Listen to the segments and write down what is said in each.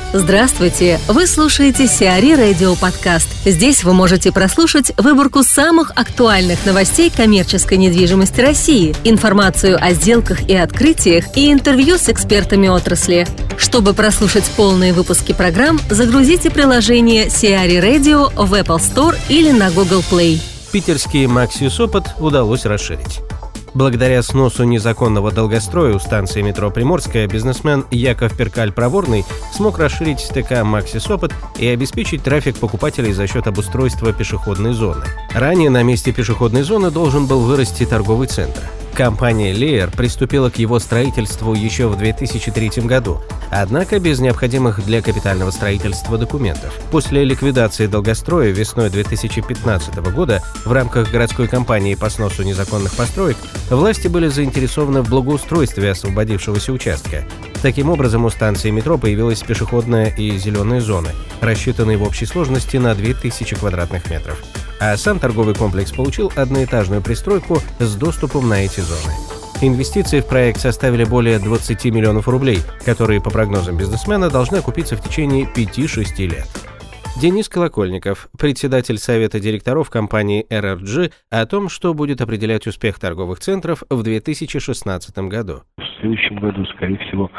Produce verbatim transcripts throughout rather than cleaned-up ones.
Здравствуйте! Вы слушаете Сиари Радио Подкаст. Здесь вы можете прослушать выборку самых актуальных новостей коммерческой недвижимости России, информацию о сделках и открытиях и интервью с экспертами отрасли. Чтобы прослушать полные выпуски программ, загрузите приложение Сиари Radio в Apple Store или на Google Play. Питерский Макси Сопот удалось расширить. Благодаря сносу незаконного долгостроя у станции метро Приморская бизнесмен Яков Перкаль-Проворный смог расширить ТК Макси Сопот и обеспечить трафик покупателей за счет обустройства пешеходной зоны. Ранее на месте пешеходной зоны должен был вырасти торговый центр. Компания Леер приступила к его строительству еще в две тысячи третьем году, однако без необходимых для капитального строительства документов. После ликвидации долгостроя весной две тысячи пятнадцатого года в рамках городской кампании по сносу незаконных построек власти были заинтересованы в благоустройстве освободившегося участка. Таким образом, у станции метро появилась пешеходная и зеленая зоны, рассчитанные в общей сложности на две тысячи квадратных метров. А сам торговый комплекс получил одноэтажную пристройку с доступом на эти зоны. Инвестиции в проект составили более двадцать миллионов рублей, которые, по прогнозам бизнесмена, должны окупиться в течение пяти-шести лет. Денис Колокольников, председатель совета директоров компании эр эр джи, о том, что будет определять успех торговых центров в две тысячи шестнадцатом году. В следующем году, скорее всего,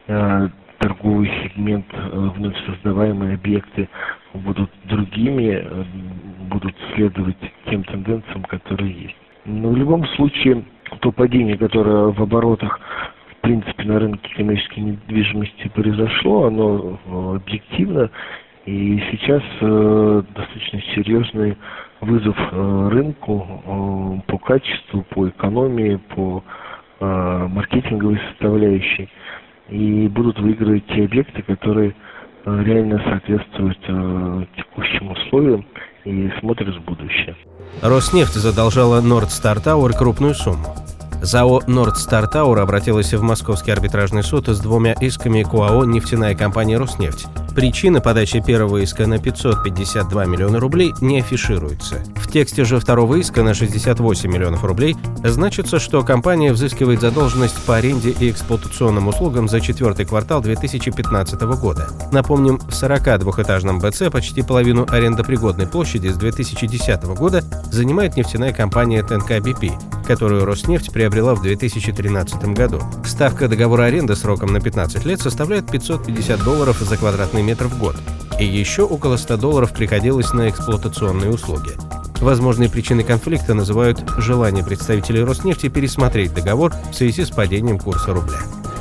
торговый сегмент, вновь создаваемые объекты будут другими, будут следовать тем тенденциям, которые есть. Но в любом случае, то падение, которое в оборотах, в принципе, на рынке коммерческой недвижимости произошло, оно объективно. И сейчас э, достаточно серьезный вызов э, рынку э, по качеству, по экономии, по э, маркетинговой составляющей. И будут выигрывать те объекты, которые э, реально соответствуют э, текущим условиям и смотрят в будущее. Роснефть задолжала Нордстар Тауэр крупную сумму. ЗАО «Нордстар Тауэр» обратилась в Московский арбитражный суд с двумя исками к ОАО «Нефтяная компания Роснефть». Причина подачи первого иска на пятьсот пятьдесят два миллиона рублей не афишируется. В тексте же второго иска на шестьдесят восемь миллионов рублей значится, что компания взыскивает задолженность по аренде и эксплуатационным услугам за четвертый квартал две тысячи пятнадцатого года. Напомним, в сорокадвухэтажном БЦ почти половину арендопригодной площади с две тысячи десятого года занимает нефтяная компания ТНК би пи, которую Роснефть приобрела в две тысячи тринадцатом году. Ставка договора аренды сроком на пятнадцать лет составляет пятьсот пятьдесят долларов за квадратный метр в год, и еще около ста долларов приходилось на эксплуатационные услуги. Возможной причиной конфликта называют желание представителей Роснефти пересмотреть договор в связи с падением курса рубля.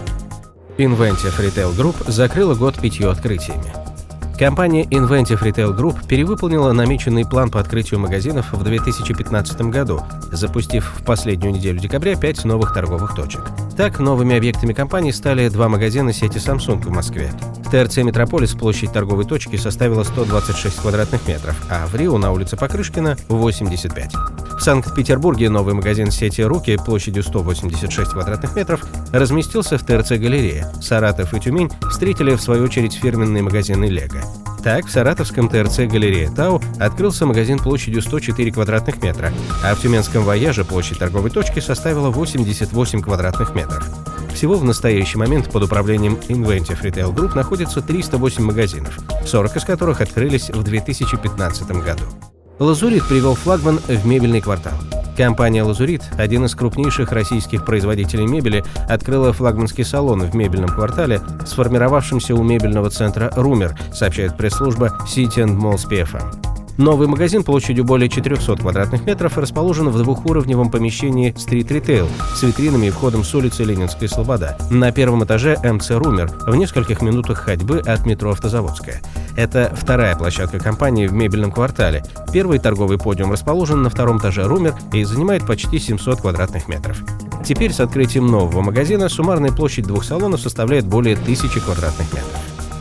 Inventive Retail Group закрыла год пятью открытиями. Компания Inventive Retail Group перевыполнила намеченный план по открытию магазинов в две тысячи пятнадцатом году, запустив в последнюю неделю декабря пять новых торговых точек. Так, новыми объектами компании стали два магазина сети Samsung в Москве. В ТРЦ «Метрополис» площадь торговой точки составила сто двадцать шесть квадратных метров, а в Рио на улице Покрышкина – восемьдесят пять. В Санкт-Петербурге новый магазин сети «Руки» площадью сто восемьдесят шесть квадратных метров разместился в ТРЦ «Галерея». Саратов и Тюмень встретили, в свою очередь, фирменные магазины «Лего». Так, в саратовском ТРЦ «Галерея Тау» открылся магазин площадью сто четыре квадратных метра, а в тюменском «Вояже» площадь торговой точки составила восемьдесят восемь квадратных метров. Всего в настоящий момент под управлением Inventive Retail Group находится триста восемь магазинов, сорок из которых открылись в две тысячи пятнадцатом году. «Лазурит» привел флагман в мебельный квартал. Компания «Лазурит», один из крупнейших российских производителей мебели, открыла флагманский салон в мебельном квартале, сформировавшемся у мебельного центра «Румер», сообщает пресс-служба City энд Malls пи эф эм. Новый магазин площадью более четырехсот квадратных метров расположен в двухуровневом помещении Street Retail с витринами и входом с улицы Ленинская Слобода. На первом этаже эм цэ «Румер» в нескольких минутах ходьбы от метро Автозаводская. Это вторая площадка компании в мебельном квартале. Первый торговый подиум расположен на втором этаже «Румер» и занимает почти семьсот квадратных метров. Теперь с открытием нового магазина суммарная площадь двух салонов составляет более тысячи квадратных метров.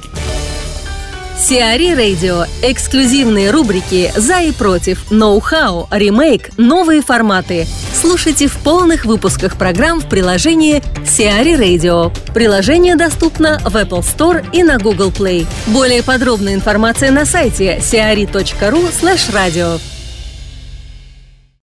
Сиари Radio. Эксклюзивные рубрики «За и против», «Ноу-хау», «Ремейк», «Новые форматы». Слушайте в полных выпусках программ в приложении Сиари Radio. Приложение доступно в Apple Store и на Google Play. Более подробная информация на сайте сиари точка ру слэш радио.